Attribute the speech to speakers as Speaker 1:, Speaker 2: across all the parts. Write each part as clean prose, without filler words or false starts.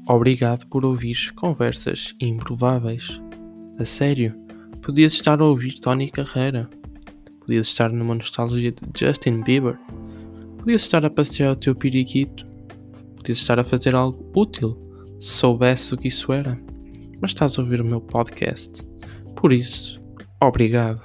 Speaker 1: Obrigado por ouvires conversas improváveis. A sério, podias estar a ouvir Tony Carreira. Podias estar numa nostalgia de Justin Bieber. Podias estar a passear o teu periquito. Podias estar a fazer algo útil, se soubesse o que isso era. Mas estás a ouvir o meu podcast. Por isso, obrigado.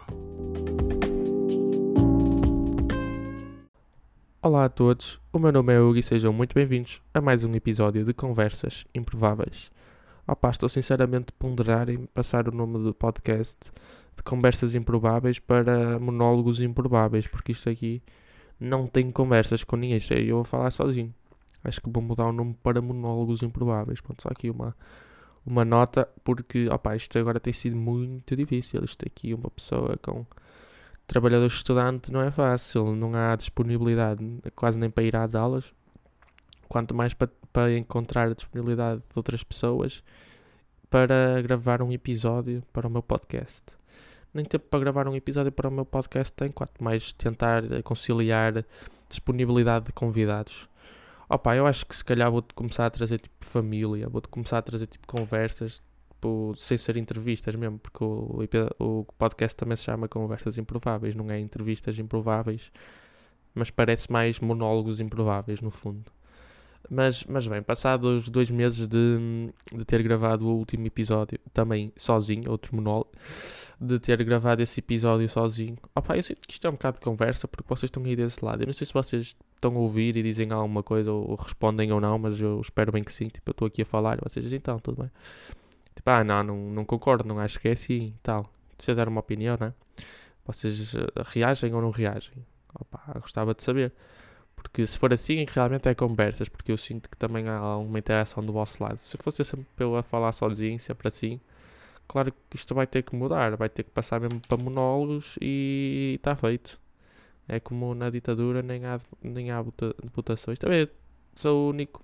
Speaker 2: Olá a todos, o meu nome é Hugo e sejam muito bem-vindos a mais um episódio de Conversas Improváveis. Estou sinceramente a ponderar em passar o nome do podcast de Conversas Improváveis para Monólogos Improváveis, porque isto aqui não tem conversas com ninguém, eu vou falar sozinho. Acho que vou mudar o nome para Monólogos Improváveis. Pronto, só aqui uma nota, porque isto agora tem sido muito difícil. Isto aqui, uma pessoa com trabalhador estudante não é fácil, não há disponibilidade quase nem para ir às aulas, quanto mais para encontrar a disponibilidade de outras pessoas para gravar um episódio para o meu podcast. Nem tempo para gravar um episódio para o meu podcast tem, quanto mais tentar conciliar disponibilidade de convidados. Eu acho que se calhar vou-te começar a trazer tipo família, vou-te começar a trazer tipo conversas, sem ser entrevistas mesmo, porque o podcast também se chama Conversas Improváveis, não é entrevistas improváveis, mas parece mais monólogos improváveis no fundo. Mas bem, passados 2 meses de ter gravado o último episódio, também sozinho, outro monólogo, de ter gravado esse episódio sozinho, eu sinto que isto é um bocado de conversa, porque vocês estão aí desse lado. Eu não sei se vocês estão a ouvir e dizem alguma coisa, ou respondem ou não, mas eu espero bem que sim. Tipo, eu estou aqui a falar e vocês dizem, então, tudo bem. Tipo, não concordo, não acho que é assim e tal. Deixa eu dar uma opinião, né? Vocês reagem ou não reagem? Gostava de saber. Porque se for assim, realmente é conversas, porque eu sinto que também há uma interação do vosso lado. Se fosse sempre eu a falar sozinho, sempre assim, claro que isto vai ter que mudar, vai ter que passar mesmo para monólogos e está feito. É como na ditadura, nem há votações. Também sou o único.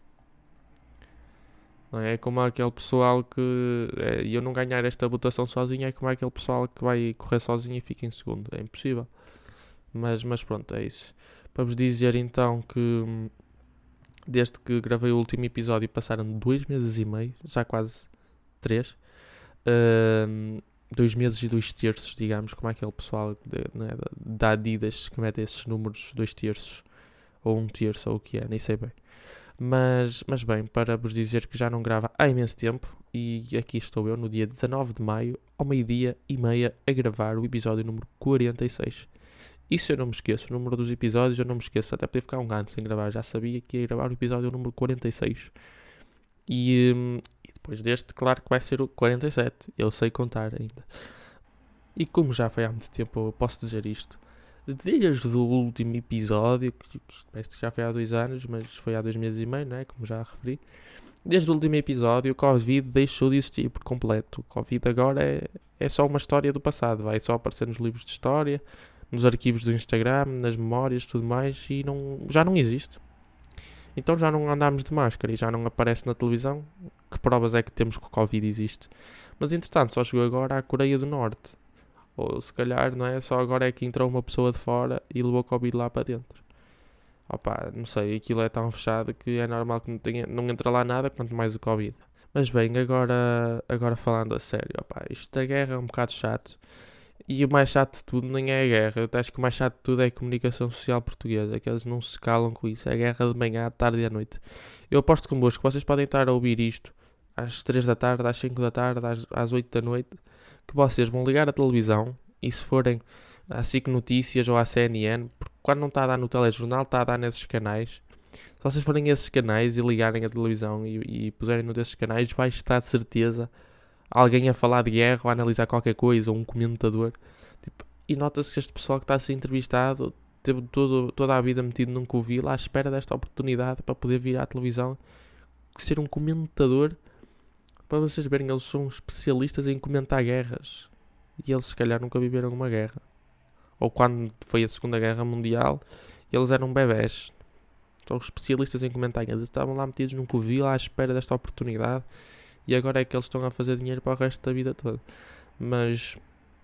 Speaker 2: Não é como aquele pessoal que, eu não ganhar esta votação sozinho, é como aquele pessoal que vai correr sozinho e fica em segundo. É impossível. Mas pronto, é isso. Para vos dizer então que desde que gravei o último episódio passaram 2 meses e meio, já quase 3. 2 meses e 2 terços, digamos, como aquele pessoal da Adidas que mete esses números 2 terços, ou 1 terço, ou o que é, nem sei bem. Mas bem, para vos dizer que já não grava há imenso tempo, e aqui estou eu no dia 19 de maio, ao 12h30, a gravar o episódio número 46. Isso eu não me esqueço, o número dos episódios eu não me esqueço, até podia ficar um ano sem gravar, já sabia que ia gravar o episódio número 46. E depois deste, claro que vai ser o 47, eu sei contar ainda. E como já foi há muito tempo, eu posso dizer isto. Desde o último episódio, que parece que já foi há 2 anos, mas foi há 2 meses e meio, não é? Como já referi. Desde o último episódio, o Covid deixou de existir por completo. O Covid agora é só uma história do passado. Vai só aparecer nos livros de história, nos arquivos do Instagram, nas memórias, tudo mais, e já não existe. Então já não andamos de máscara e já não aparece na televisão. Que provas é que temos que o Covid existe? Mas entretanto, só chegou agora à Coreia do Norte. Ou se calhar, não é? Só agora é que entrou uma pessoa de fora e levou o Covid lá para dentro. Não sei, aquilo é tão fechado que é normal que não entra lá nada, quanto mais o Covid. Mas bem, agora falando a sério, isto da guerra é um bocado chato. E o mais chato de tudo nem é a guerra. Eu acho que o mais chato de tudo é a comunicação social portuguesa, que eles não se calam com isso. É a guerra de manhã, à tarde e à noite. Eu aposto convosco que vocês podem estar a ouvir isto às 3 da tarde, às 5 da tarde, às 8 da noite, que vocês vão ligar a televisão e se forem à SIC Notícias ou à CNN, porque quando não está a dar no telejornal, está a dar nesses canais. Se vocês forem a esses canais e ligarem a televisão e puserem num desses canais, vai estar de certeza alguém a falar de guerra ou a analisar qualquer coisa, ou um comentador. E nota-se que este pessoal que está a ser entrevistado teve toda a vida metido num covil à espera desta oportunidade para poder vir à televisão, ser um comentador. Para vocês verem, eles são especialistas em comentar guerras. E eles se calhar nunca viveram uma guerra. Ou quando foi a Segunda Guerra Mundial, eles eram bebés. São especialistas em comentar guerras. Eles estavam lá metidos num covil à espera desta oportunidade. E agora é que eles estão a fazer dinheiro para o resto da vida toda. Mas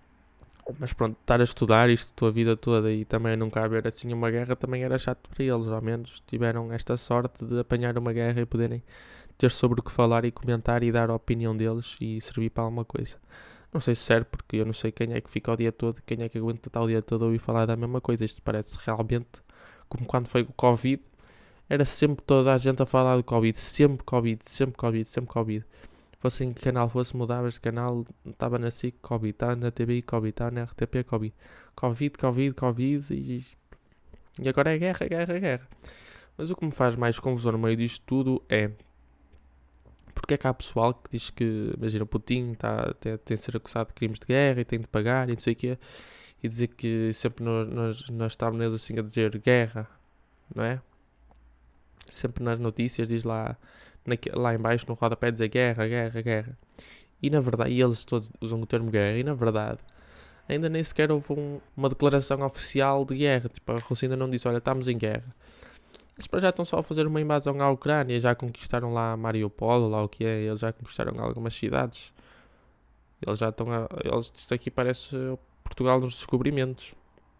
Speaker 2: pronto, estar a estudar isto a vida toda e também nunca haver assim uma guerra também era chato para eles. Ao menos tiveram esta sorte de apanhar uma guerra e poderem ter sobre o que falar e comentar e dar a opinião deles e servir para alguma coisa. Não sei se serve, porque eu não sei quem é que fica o dia todo, quem é que aguenta estar o dia todo a ouvir falar da mesma coisa. Isto parece realmente como quando foi o Covid, era sempre toda a gente a falar do Covid, sempre Covid, sempre Covid, sempre Covid. Fosse em que canal fosse, mudavas de canal, estava na SIC, Covid, estava na TVI, Covid, estava na RTP, Covid. Covid, Covid, Covid e agora é guerra, guerra, guerra. Mas o que me faz mais confusão no meio disto tudo é porque é que há pessoal que diz que, imagina, o Putin tem de ser acusado de crimes de guerra e tem de pagar e não sei o quê, e dizer que sempre nós thumbnails assim a dizer guerra, não é? Sempre nas notícias diz lá em baixo no rodapé dizer guerra, guerra, guerra. E na verdade, e eles todos usam o termo guerra, e na verdade ainda nem sequer houve uma declaração oficial de guerra. Tipo, a Rússia ainda não disse, olha, estamos em guerra. Eles para já estão só a fazer uma invasão à Ucrânia, já conquistaram lá Mariupol, lá o que é, eles já conquistaram algumas cidades. Eles já estão isto aqui parece Portugal nos descobrimentos.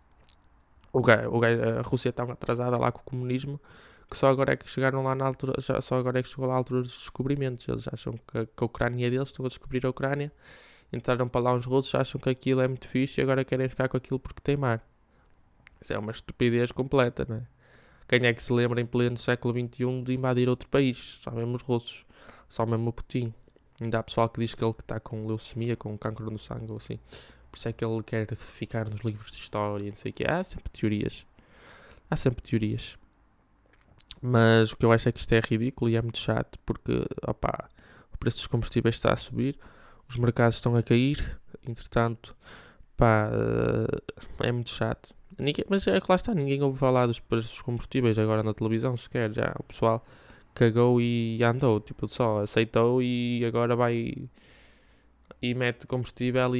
Speaker 2: A Rússia está atrasada lá com o comunismo, que só agora é que chegaram lá na altura, só agora é que chegou lá a altura dos descobrimentos. Eles acham que a Ucrânia é deles, estão a descobrir a Ucrânia, entraram para lá uns russos, acham que aquilo é muito fixe e agora querem ficar com aquilo porque tem mar. Isso é uma estupidez completa, não é? Quem é que se lembra em pleno século XXI de invadir outro país? Só mesmo os russos, só mesmo o Putin. Ainda há pessoal que diz que ele está com leucemia, com cancro no sangue ou assim. Por isso é que ele quer ficar nos livros de história e não sei o quê. Há sempre teorias. Mas o que eu acho é que isto é ridículo e é muito chato porque, opá, o preço dos combustíveis está a subir, os mercados estão a cair, entretanto, pá, é muito chato. Mas é que lá está, ninguém ouve falar dos preços dos combustíveis agora na televisão sequer, já o pessoal cagou e andou, tipo, só aceitou e agora vai e mete combustível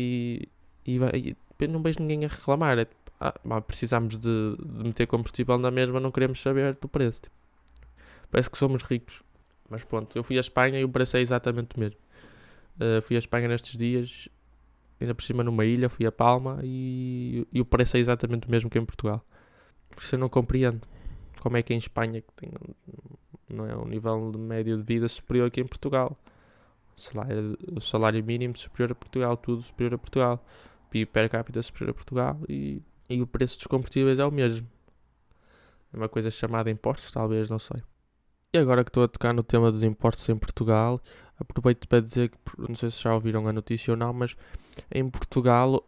Speaker 2: e não vejo ninguém a reclamar. É, tipo, precisamos de meter combustível na mesma, não queremos saber do preço. Tipo, parece que somos ricos. Mas pronto, eu fui à Espanha e o preço é exatamente o mesmo. Fui à Espanha nestes dias, ainda por cima numa ilha, fui a Palma e o preço é exatamente o mesmo que em Portugal. Por isso eu não compreendo como é que em Espanha que tem, não é, um nível de médio de vida superior aqui em Portugal. O salário mínimo superior a Portugal, tudo superior a Portugal. PIB per capita superior a Portugal e o preço dos combustíveis é o mesmo. É uma coisa chamada impostos, talvez, não sei. E agora que estou a tocar no tema dos impostos em Portugal, aproveito para dizer que, não sei se já ouviram a notícia ou não, mas em Portugal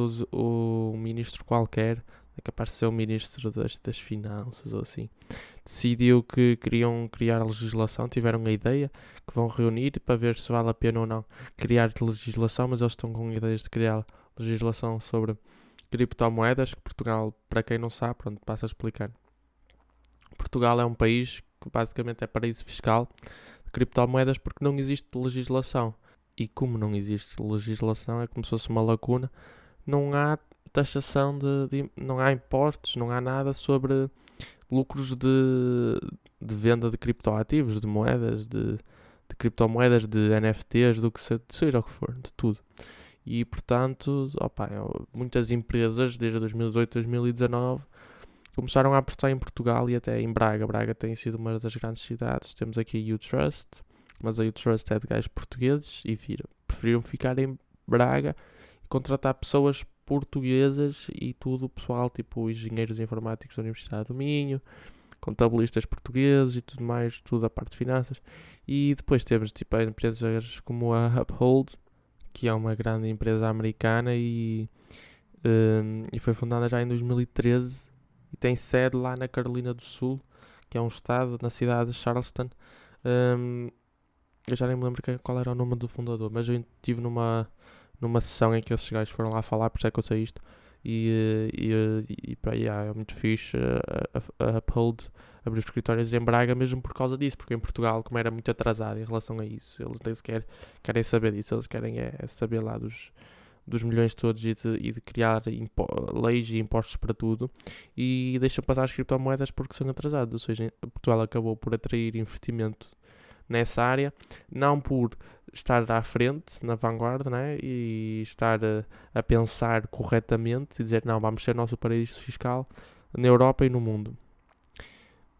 Speaker 2: o ministro qualquer, é capaz de ser o ministro das finanças ou assim, decidiu que queriam criar legislação, tiveram a ideia que vão reunir para ver se vale a pena ou não criar legislação, mas eles estão com ideias de criar legislação sobre criptomoedas, que Portugal, para quem não sabe, pronto, passo a explicar. Portugal é um país que basicamente é paraíso fiscal de criptomoedas porque não existe legislação. E como não existe legislação, é como se fosse uma lacuna, não há taxação não há impostos, não há nada sobre lucros de venda de criptoativos, de moedas, de criptomoedas, de NFTs, do que seja o que for, de tudo. E portanto, muitas empresas desde 2018, 2019 começaram a apostar em Portugal e até em Braga. Braga tem sido uma das grandes cidades. Temos aqui a U-Trust, mas a U-Trust é de gajos portugueses e preferiram ficar em Braga e contratar pessoas portuguesas e tudo o pessoal, tipo engenheiros informáticos da Universidade do Minho, contabilistas portugueses e tudo mais, tudo a parte de finanças. E depois temos tipo empresas como a Uphold, que é uma grande empresa americana e foi fundada já em 2013 e tem sede lá na Carolina do Sul, que é um estado, na cidade de Charleston. Eu já nem me lembro qual era o nome do fundador, mas eu estive numa sessão em que esses gajos foram lá falar, por isso é que eu sei isto. É muito fixe a Uphold abrir os escritórios em Braga mesmo por causa disso, porque em Portugal, como era muito atrasado em relação a isso, eles nem sequer querem saber disso, eles querem saber lá dos milhões todos e de criar leis e impostos para tudo e deixam passar as criptomoedas porque são atrasados. Ou seja, Portugal acabou por atrair investimento nessa área, não por estar à frente, na vanguarda, né? E estar a pensar corretamente e dizer, não, vamos ser nosso paraíso fiscal na Europa e no mundo.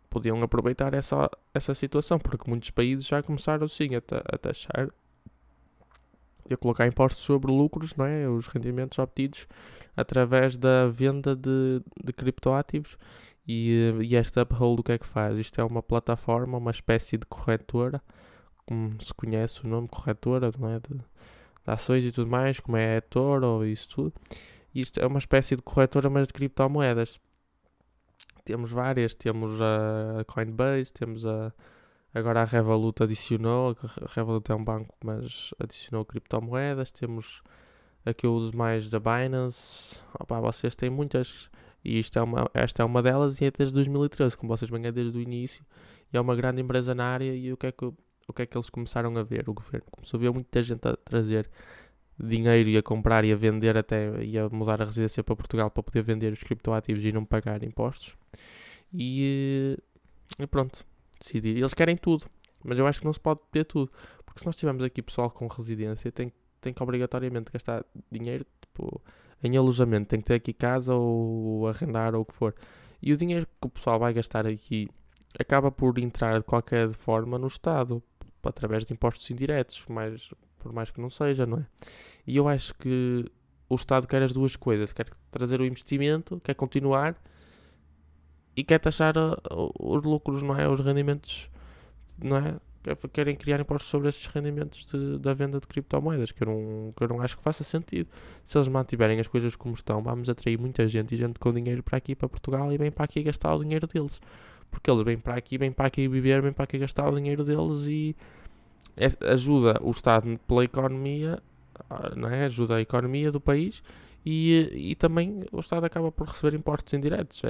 Speaker 2: podiam aproveitar essa situação, porque muitos países já começaram sim a taxar e a colocar impostos sobre lucros, não é? Os rendimentos obtidos através da venda de criptoativos. E esta Uphold o que é que faz? Isto é uma plataforma, uma espécie de corretora, como se conhece o nome, corretora, não é? De ações e tudo mais, como é a eToro ou isso tudo. Isto é uma espécie de corretora, mas de criptomoedas. Temos várias, temos a Coinbase, temos agora a Revolut adicionou, a Revolut é um banco, mas adicionou criptomoedas, temos a que eu uso mais da Binance. Opa, vocês têm muitas, e esta é uma delas e é desde 2013, como vocês bem é desde o início, e é uma grande empresa na área. E o que é que eles começaram a ver? O governo começou a ver muita gente a trazer dinheiro e a comprar e a vender até, e a mudar a residência para Portugal para poder vender os criptoativos e não pagar impostos. E pronto, decidi. Eles querem tudo, mas eu acho que não se pode ter tudo, porque se nós tivermos aqui pessoal com residência, tem que obrigatoriamente gastar dinheiro, tipo, em alojamento, tem que ter aqui casa ou arrendar ou o que for. E o dinheiro que o pessoal vai gastar aqui acaba por entrar de qualquer forma no Estado, através de impostos indiretos, por mais que não seja, não é? E eu acho que o Estado quer as duas coisas, quer trazer o investimento, quer continuar e quer taxar os lucros, não é? Os rendimentos, não é? Querem criar impostos sobre esses rendimentos da venda de criptomoedas, que eu não acho que faça sentido. Se eles mantiverem as coisas como estão, vamos atrair muita gente e gente com dinheiro para aqui, para Portugal, e vem para aqui gastar o dinheiro deles. Porque eles vêm para aqui viver, vêm para aqui gastar o dinheiro deles e ajuda o Estado pela economia, não é? Ajuda a economia do país e também o Estado acaba por receber impostos indiretos.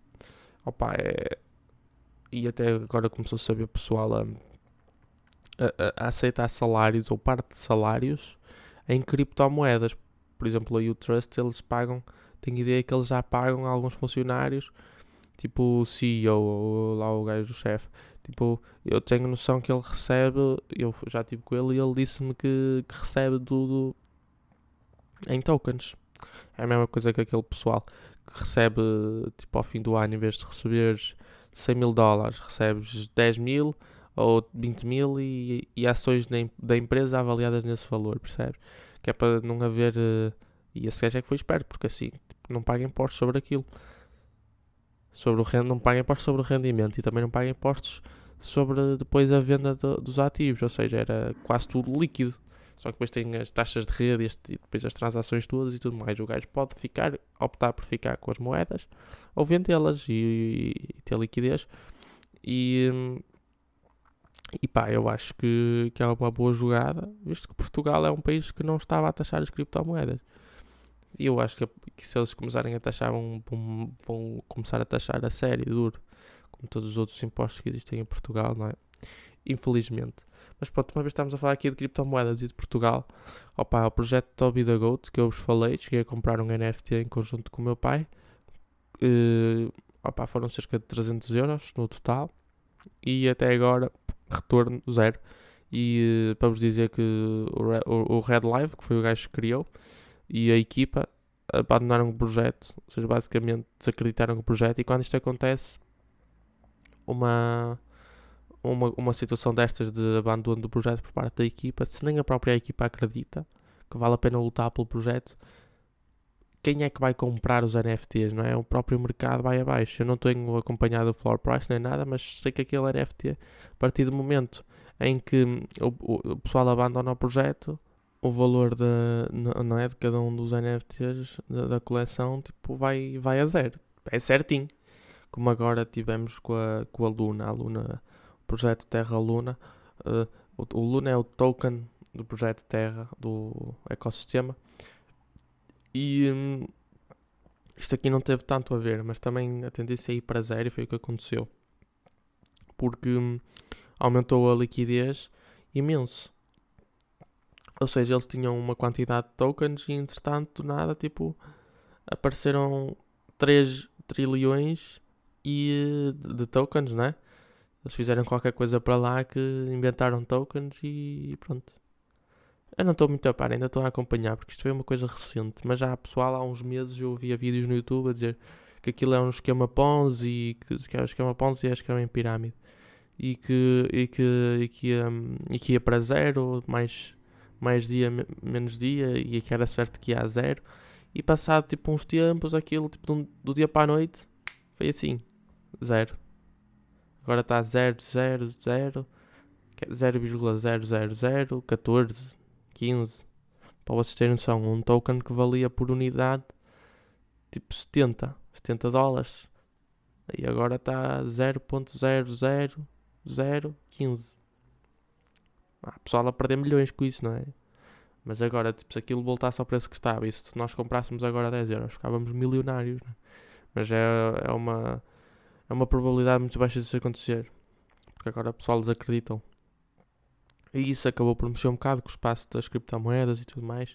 Speaker 2: E até agora começou-se a saber pessoal a aceitar salários ou parte de salários em criptomoedas. Por exemplo, a U-Trust, eles pagam, tenho ideia que eles já pagam a alguns funcionários, tipo o CEO ou lá o gajo do chefe. Tipo, eu tenho noção que ele recebe, eu já estive com ele e ele disse-me que recebe tudo em tokens. É a mesma coisa que aquele pessoal que recebe, tipo, ao fim do ano, em vez de receberes 100 mil dólares, recebes 10 mil ou 20 mil e ações da empresa avaliadas nesse valor, percebes? Que é para não haver... e esse gajo é que foi esperto, porque assim, tipo, não paga impostos sobre aquilo. Não paga impostos sobre o rendimento e também não paga impostos sobre depois a venda dos ativos, ou seja, era quase tudo líquido. Só que depois tem as taxas de rede e depois as transações todas e tudo mais. O gajo pode optar por ficar com as moedas ou vendê-las e ter liquidez. E pá, eu acho que é uma boa jogada, visto que Portugal é um país que não estava a taxar as criptomoedas. E eu acho que se eles começarem a taxar, vão começar a taxar a sério, duro, como todos os outros impostos que existem em Portugal, não é? Infelizmente. Mas pronto, uma vez estamos a falar aqui de criptomoedas e de Portugal, o projeto Toby the Goat, que eu vos falei, cheguei a comprar um NFT em conjunto com o meu pai, foram cerca de 300 euros no total, e até agora, retorno zero. E para vos dizer que o Red Live, que foi o gajo que criou, e a equipa abandonaram o projeto, ou seja, basicamente desacreditaram o projeto. E quando isto acontece, uma situação destas de abandono do projeto por parte da equipa, se nem a própria equipa acredita que vale a pena lutar pelo projeto, quem é que vai comprar os NFTs, não é? O próprio mercado vai abaixo. Eu não tenho acompanhado o floor price nem nada, mas sei que aquele NFT, a partir do momento em que o pessoal abandona o projeto, o valor não é, de cada um dos NFTs da coleção, tipo, vai a zero. É certinho. Como agora tivemos com a Luna. O projeto Terra Luna. O Luna é o token do projeto Terra, do ecossistema. E isto aqui não teve tanto a ver, mas também a tendência a ir para zero, e foi o que aconteceu. Porque aumentou a liquidez imenso. Ou seja, eles tinham uma quantidade de tokens e, entretanto, do nada, tipo, apareceram 3 trilhões de tokens, né? Eles fizeram qualquer coisa para lá que inventaram tokens e pronto. Eu não estou muito a par, ainda estou a acompanhar, porque isto foi uma coisa recente. Mas já, pessoal, há uns meses eu ouvia vídeos no YouTube a dizer que aquilo é um esquema Ponzi, que é um esquema Ponzi e é um esquema em pirâmide. E que ia para zero, mais dia, menos dia, e que era certo que ia a zero. E passado tipo uns tempos, aquilo tipo, do dia para a noite, foi assim, zero. Agora está 0,00014, 15. Para vocês terem noção, um token que valia por unidade tipo 70 dólares. E agora está 0,00015. O pessoal a perder milhões com isso, não é? Mas agora, tipo, se aquilo voltasse ao preço que estava, e se nós comprássemos agora 10 euros, ficávamos milionários, não é? Mas é uma probabilidade muito baixa disso acontecer. Porque agora o pessoal desacreditam. E isso acabou por mexer um bocado com o espaço das criptomoedas e tudo mais.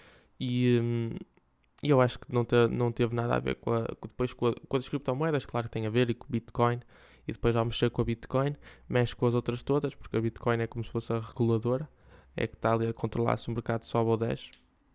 Speaker 2: E eu acho que não teve nada a ver com as criptomoedas. Claro que tem a ver, e com o Bitcoin. E depois ao mexer com a Bitcoin, mexe com as outras todas, porque a Bitcoin é como se fosse a reguladora. É que está ali a controlar se o mercado sobe ou desce.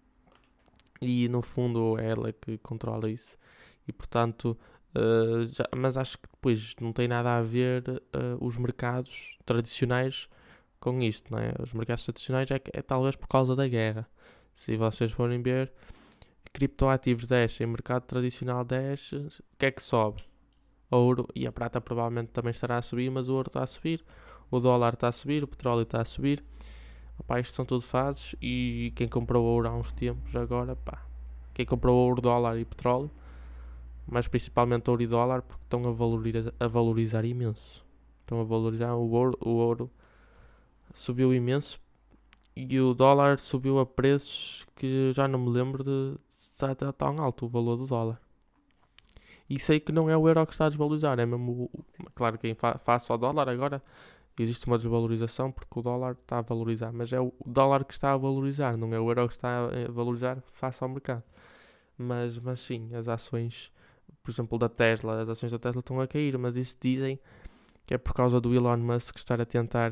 Speaker 2: E no fundo é ela que controla isso. E portanto, mas acho que depois não tem nada a ver os mercados tradicionais com isto, não é? Os mercados tradicionais é talvez por causa da guerra. Se vocês forem ver, criptoativos descem, mercado tradicional desce, o que é que sobe? Ouro, e a prata provavelmente também estará a subir, mas o ouro está a subir, o dólar está a subir, o petróleo está a subir. Opa, isto são tudo fases, e quem comprou ouro há uns tempos agora, pá, quem comprou ouro, dólar e petróleo, mas principalmente ouro e dólar, porque estão a valorizar imenso. Estão a valorizar o ouro subiu imenso, e o dólar subiu a preços que já não me lembro de estar tão alto o valor do dólar. E sei que não é o euro que está a desvalorizar, é mesmo, claro que face ao dólar agora existe uma desvalorização porque o dólar está a valorizar, mas é o dólar que está a valorizar, não é o euro que está a valorizar face ao mercado. Mas sim, as ações, por exemplo, as ações da Tesla estão a cair, mas isso dizem que é por causa do Elon Musk estar a tentar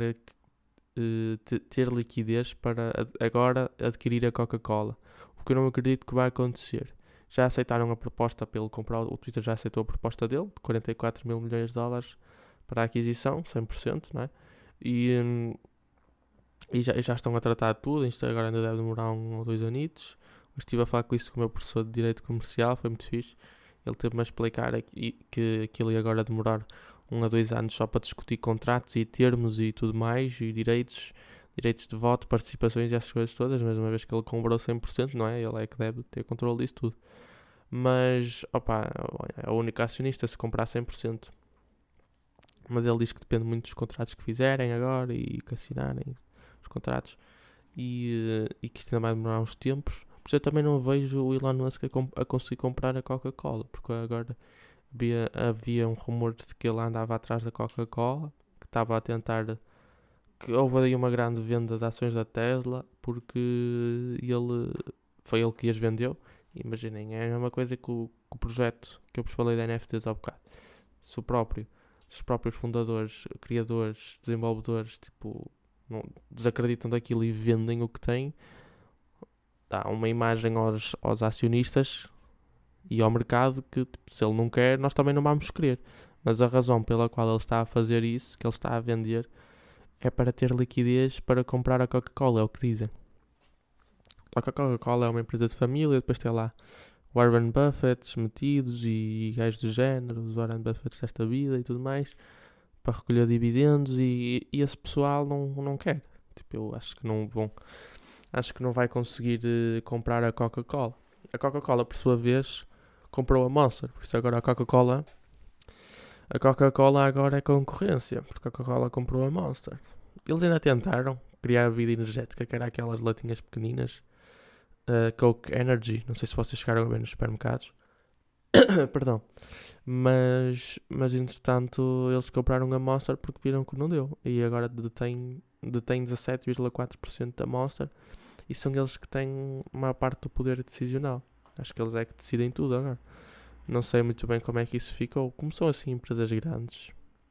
Speaker 2: ter liquidez para agora adquirir a Coca-Cola. O que eu não acredito que vai acontecer. Já aceitaram a proposta para ele comprar, o Twitter já aceitou a proposta dele, de 44 mil milhões de dólares para a aquisição, 100%, não é? E já estão a tratar de tudo, isto agora ainda deve demorar 1 ou 2 anitos. Eu estive a falar com isso com o meu professor de Direito Comercial, foi muito fixe. Ele teve-me a explicar que aquilo ia agora demorar 1 a 2 anos só para discutir contratos e termos e tudo mais, e direitos de voto, participações e essas coisas todas, mas uma vez que ele comprou 100%, não é? Ele é que deve ter controle disso tudo. Mas, opa, é o único acionista se comprar 100%. Mas ele diz que depende muito dos contratos que fizerem agora e que assinarem os contratos, e que isto ainda vai demorar uns tempos. Mas eu também não vejo o Elon Musk a conseguir comprar a Coca-Cola, porque agora havia um rumor de que ele andava atrás da Coca-Cola, que estava a tentar, que houve aí uma grande venda de ações da Tesla, porque foi ele que as vendeu. Imaginem, é a mesma coisa que o projeto que eu vos falei da NFTs há bocado. Se os próprios fundadores, criadores, desenvolvedores, tipo, não desacreditam daquilo e vendem o que têm, dá uma imagem aos acionistas e ao mercado que, tipo, se ele não quer, nós também não vamos querer. Mas a razão pela qual ele está a fazer isso, que ele está a vender, é para ter liquidez para comprar a Coca-Cola, é o que dizem. A Coca-Cola é uma empresa de família, depois tem lá Warren Buffett metidos e gajos do género, os Warren Buffett desta vida e tudo mais, para recolher dividendos, e esse pessoal não quer. Tipo, eu acho que não vai conseguir comprar a Coca-Cola. A Coca-Cola, por sua vez, comprou a Monster, por isso agora a Coca-Cola agora é concorrência, porque a Coca-Cola comprou a Monster. Eles ainda tentaram criar a bebida energética, que era aquelas latinhas pequeninas, Coke Energy, não sei se vocês chegaram a ver nos supermercados. Perdão. Mas entretanto eles compraram a Monster porque viram que não deu, e agora detém 17,4% da Monster, e são eles que têm uma parte do poder decisional. Acho que eles é que decidem tudo agora. Não sei muito bem como é que isso ficou. Como são assim empresas grandes,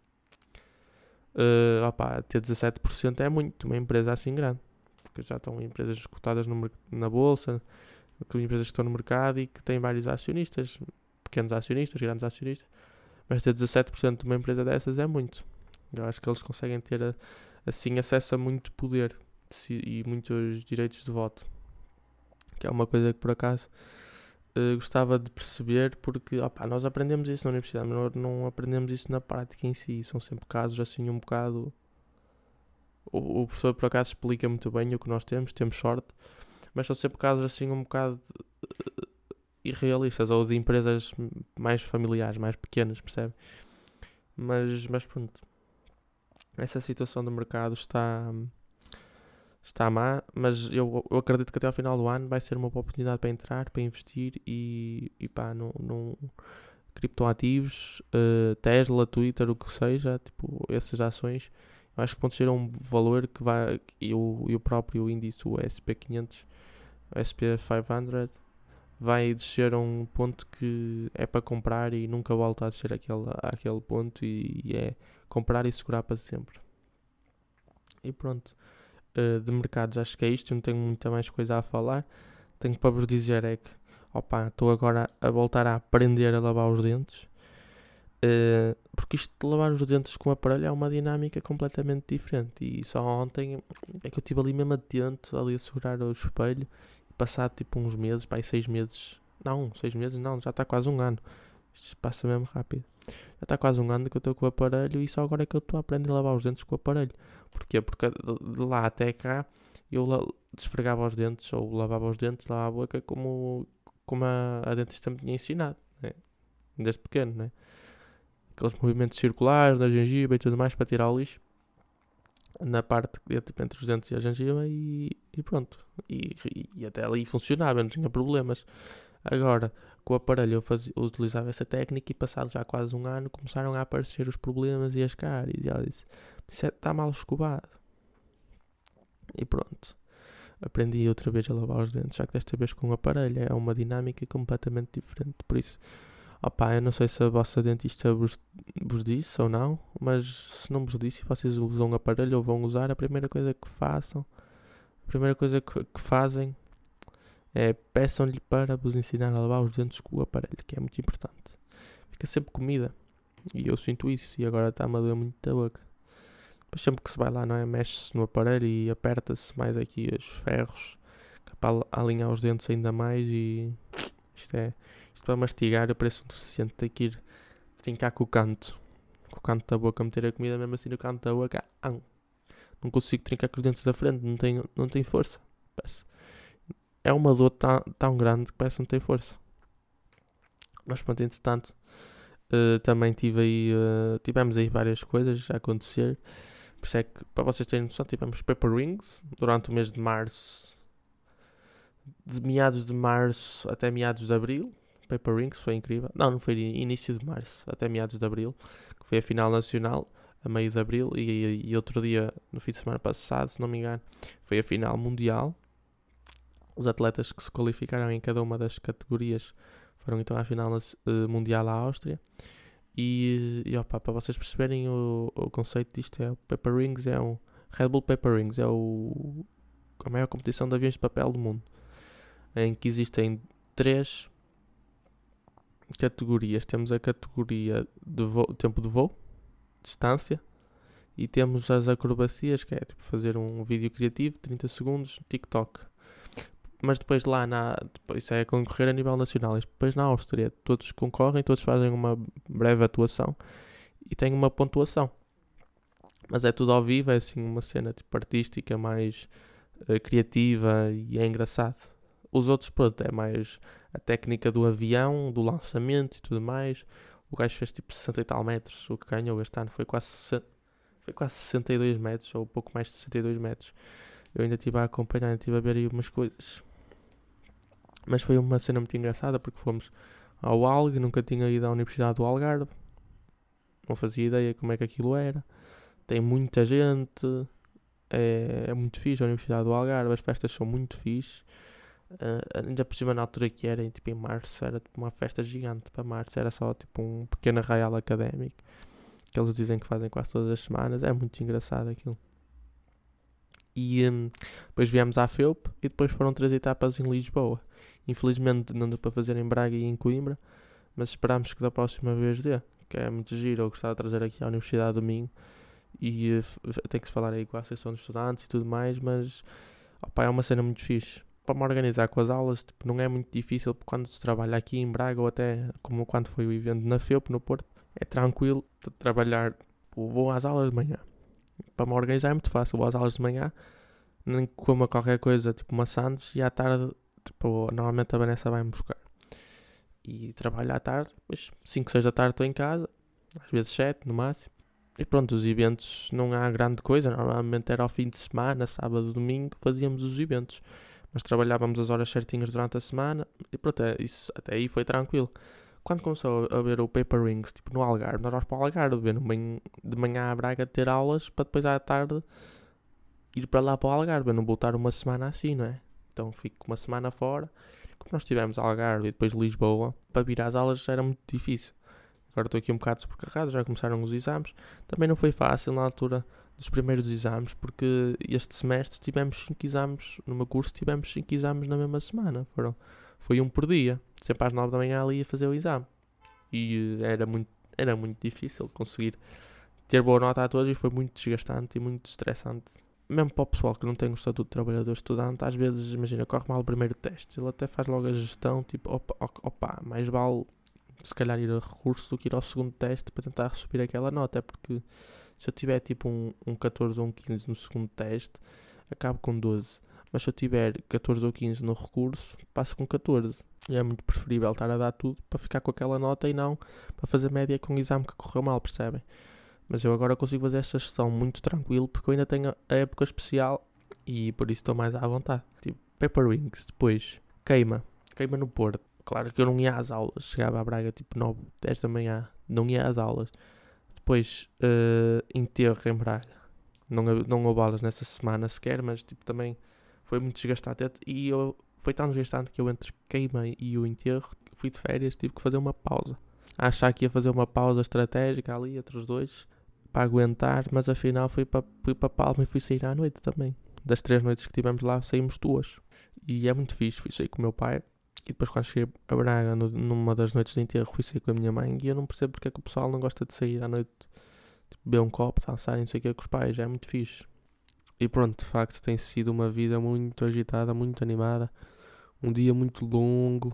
Speaker 2: ter 17% é muito, uma empresa assim grande, porque já estão empresas cotadas na bolsa, empresas que estão no mercado e que têm vários acionistas. pequenos acionistas, grandes acionistas, mas ter 17% de uma empresa dessas é muito. Eu acho que eles conseguem ter assim acesso a muito poder e muitos direitos de voto, que é uma coisa que por acaso gostava de perceber, porque nós aprendemos isso na universidade, mas não aprendemos isso na prática em si. São sempre casos assim um bocado... O professor por acaso explica muito bem o que nós temos sorte, mas são sempre casos assim um bocado irrealistas, ou de empresas mais familiares, mais pequenas, percebe? Mas pronto, essa situação do mercado está má, mas eu acredito que até ao final do ano vai ser uma boa oportunidade para entrar, para investir e pá, num criptoativos, Tesla, Twitter, o que seja, tipo, essas ações, eu acho que vão ser um valor que vai, e o próprio índice, o SP500, o SP500, vai descer a um ponto que é para comprar e nunca volta a descer àquele ponto, e é comprar e segurar para sempre. E pronto, de mercados acho que é isto, não tenho muita mais coisa a falar. Tenho para vos dizer é que estou agora a voltar a aprender a lavar os dentes, porque isto de lavar os dentes com o aparelho é uma dinâmica completamente diferente, e só ontem é que eu estive ali mesmo atento, ali a segurar o espelho, e passado tipo uns meses, 6 meses, não, 6 meses não, já está quase um ano, isto passa mesmo rápido, já está quase um ano que eu estou com o aparelho, e só agora é que eu estou a aprender a lavar os dentes com o aparelho. Porquê? Porque de lá até cá eu desfregava os dentes, ou lavava os dentes, lavava a boca como a dentista me tinha ensinado, né? Desde pequeno, né? Aqueles movimentos circulares da gengiva e tudo mais para tirar o lixo na parte entre os dentes e a gengiva, e pronto. E até ali funcionava, não tinha problemas. Agora, com o aparelho eu utilizava essa técnica, e passado já quase um ano começaram a aparecer os problemas e as cáries, e ela disse: isso está mal escovado. E pronto, aprendi outra vez a lavar os dentes, já que desta vez com o aparelho é uma dinâmica completamente diferente. Por isso, eu não sei se a vossa dentista vos disse ou não, mas se não vos disse e vocês usam o aparelho ou vão usar, a primeira coisa que fazem é peçam-lhe para vos ensinar a lavar os dentes com o aparelho, que é muito importante. Fica sempre comida, e eu sinto isso, e agora está-me a doer muito a boca. Depois sempre que se vai lá, não é? Mexe-se no aparelho e aperta-se mais aqui os ferros, que é para alinhar os dentes ainda mais, e isto para mastigar eu pareço um deficiente, tenho que ir trincar com o canto da boca, meter a comida mesmo assim no canto da boca. Não consigo trincar com os dentes da frente, não tem força. É uma dor tão grande que parece que não tem força. Mas pronto, entretanto, também tivemos aí várias coisas a acontecer. Por isso é que, para vocês terem noção, tivemos Paper Rings durante o mês de março, de meados de março até meados de abril. Paper Rings foi incrível. Não foi início de março até meados de abril, que foi a final nacional a meio de abril, e outro dia, no fim de semana passado, se não me engano, foi a final mundial. Os atletas que se qualificaram em cada uma das categorias foram então à final mundial à Áustria. E para vocês perceberem o conceito disto, o Paper Rings é um Red Bull Paper Rings, é a maior competição de aviões de papel do mundo, em que existem 3 categorias. Temos a categoria de tempo de voo, distância, e temos as acrobacias, que é tipo fazer um vídeo criativo, 30 segundos, TikTok. Mas depois isso é concorrer a nível nacional. E depois na Áustria todos concorrem, todos fazem uma breve atuação e têm uma pontuação. Mas é tudo ao vivo, é assim uma cena tipo artística, mais criativa, e é engraçado. Os outros, pronto, é mais a técnica do avião, do lançamento e tudo mais. O gajo fez tipo 60 e tal metros, o que ganhou este ano foi quase 62 metros, ou um pouco mais de 62 metros. Eu ainda estive a acompanhar, estive a ver aí umas coisas. Mas foi uma cena muito engraçada, porque fomos ao Algarve, nunca tinha ido à Universidade do Algarve. Não fazia ideia como é que aquilo era. Tem muita gente, é muito fixe a Universidade do Algarve, as festas são muito fixe. Ainda por cima na altura que era, tipo em março, era tipo uma festa gigante. Para março era só tipo um pequeno arraial académico, que eles dizem que fazem quase todas as semanas. É muito engraçado aquilo. E depois viemos à FEUP, e depois foram 3 etapas em Lisboa. Infelizmente não deu para fazer em Braga e em Coimbra, mas esperamos que da próxima vez dê, que é muito giro. Eu gostava de trazer aqui à Universidade de Minho e tem que se falar aí com a Associação de Estudantes e tudo mais, mas opa, é uma cena muito fixe. Para me organizar com as aulas, tipo, não é muito difícil, porque quando se trabalha aqui em Braga, ou até como quando foi o evento na FEUP, no Porto, é tranquilo de trabalhar. Tipo, vou às aulas de manhã. Para me organizar é muito fácil, vou às aulas de manhã, nem como qualquer coisa, tipo uma sandes, e à tarde, tipo, normalmente a Vanessa vai-me buscar. E trabalho à tarde, mas 5, 6 da tarde estou em casa, às vezes 7 no máximo. E pronto, os eventos não há grande coisa, normalmente era ao fim de semana, sábado, domingo, fazíamos os eventos. Mas trabalhávamos as horas certinhas durante a semana e pronto, isso, até aí foi tranquilo. Quando começou a ver o Paper Rings, tipo no Algarve, nós vamos para o Algarve, de manhã a Braga ter aulas, para depois à tarde ir para lá para o Algarve. Eu não vou estar uma semana assim, não é? Então fico uma semana fora. Como nós tivemos Algarve e depois Lisboa, para vir às aulas era muito difícil. Agora estou aqui um bocado desprecarrado, já começaram os exames. Também não foi fácil na altura dos primeiros exames, porque este semestre tivemos 5 exames, no meu curso tivemos 5 exames na mesma semana. Foi um por dia, sempre às 9 da manhã ali a fazer o exame. E era muito difícil conseguir ter boa nota a todos e foi muito desgastante e muito estressante. Mesmo para o pessoal que não tem o estatuto de trabalhador estudante, às vezes, imagina, corre mal o primeiro teste, ele até faz logo a gestão, tipo, opa, mais vale se calhar ir a recurso do que ir ao segundo teste para tentar subir aquela nota, porque se eu tiver tipo um 14 ou um 15 no segundo teste, acabo com 12. Mas se eu tiver 14 ou 15 no recurso, passo com 14. E é muito preferível estar a dar tudo para ficar com aquela nota e não para fazer média com um exame que correu mal, percebem? Mas eu agora consigo fazer esta gestão muito tranquilo, porque eu ainda tenho a época especial e por isso estou mais à vontade. Tipo, Paper Wings, depois queima no Porto. Claro que eu não ia às aulas, chegava a Braga tipo 9, 10 da manhã, não ia às aulas. Depois, enterro em Braga. Não houve aulas nessa semana sequer, mas tipo também foi muito desgastante. E foi tão desgastante que eu entre queima e o enterro, fui de férias, tive que fazer uma pausa. A achar que ia fazer uma pausa estratégica ali, entre os dois, para aguentar, mas afinal fui para Palma e fui sair à noite também. Das 3 noites que tivemos lá, saímos 2. E é muito fixe, fui sair com o meu pai. E depois quando cheguei a Braga, numa das noites de enterro, fui sair com a minha mãe. E eu não percebo porque é que o pessoal não gosta de sair à noite, tipo, beber um copo, dançar, não sei o que, com os pais. É muito fixe. E pronto, de facto tem sido uma vida muito agitada, muito animada. Um dia muito longo.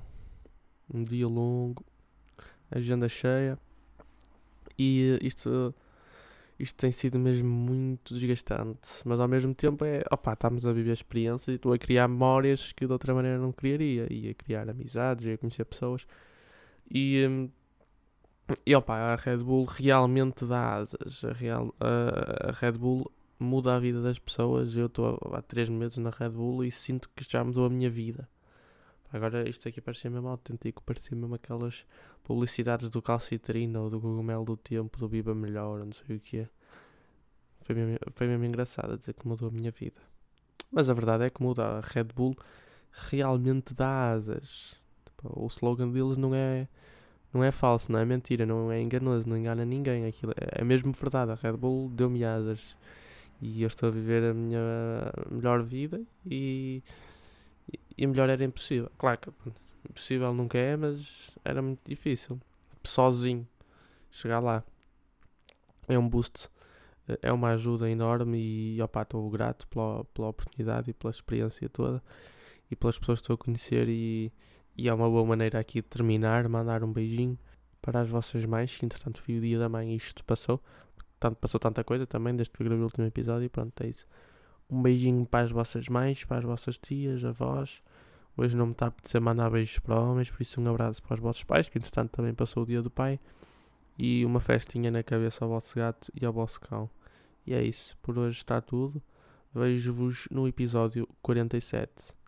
Speaker 2: Agenda cheia. E isto tem sido mesmo muito desgastante, mas ao mesmo tempo estamos a viver experiências e estou a criar memórias que de outra maneira não criaria, e a criar amizades, e a conhecer pessoas, e a Red Bull realmente dá asas, a Red Bull muda a vida das pessoas. Eu estou há 3 meses na Red Bull e sinto que já mudou a minha vida. Agora isto aqui parecia mesmo autêntico, parecia mesmo aquelas publicidades do Calcitrina ou do Cogumelo do Tempo, do Viva Melhor, não sei o que é. Foi mesmo engraçado a dizer que mudou a minha vida. Mas a verdade é que muda. A Red Bull realmente dá asas. Tipo, o slogan deles não é falso, não é mentira, não é enganoso, não engana ninguém. Aquilo é mesmo verdade. A Red Bull deu-me asas. E eu estou a viver a minha melhor vida e melhor era impossível. Claro que impossível nunca é, mas era muito difícil. Sozinho, chegar lá. É um boost, é uma ajuda enorme e estou grato pela oportunidade e pela experiência toda e pelas pessoas que estou a conhecer e é uma boa maneira aqui de terminar, mandar um beijinho para as vossas mães, que entretanto foi o dia da mãe e isto passou tanta coisa também desde que eu gravei o último episódio e pronto, é isso. Um beijinho para as vossas mães, para as vossas tias, avós. Hoje não me está a apetecer mandar beijos para homens, por isso um abraço para os vossos pais, que entretanto também passou o dia do pai. E uma festinha na cabeça ao vosso gato e ao vosso cão. E é isso, por hoje está tudo. Vejo-vos no episódio 47.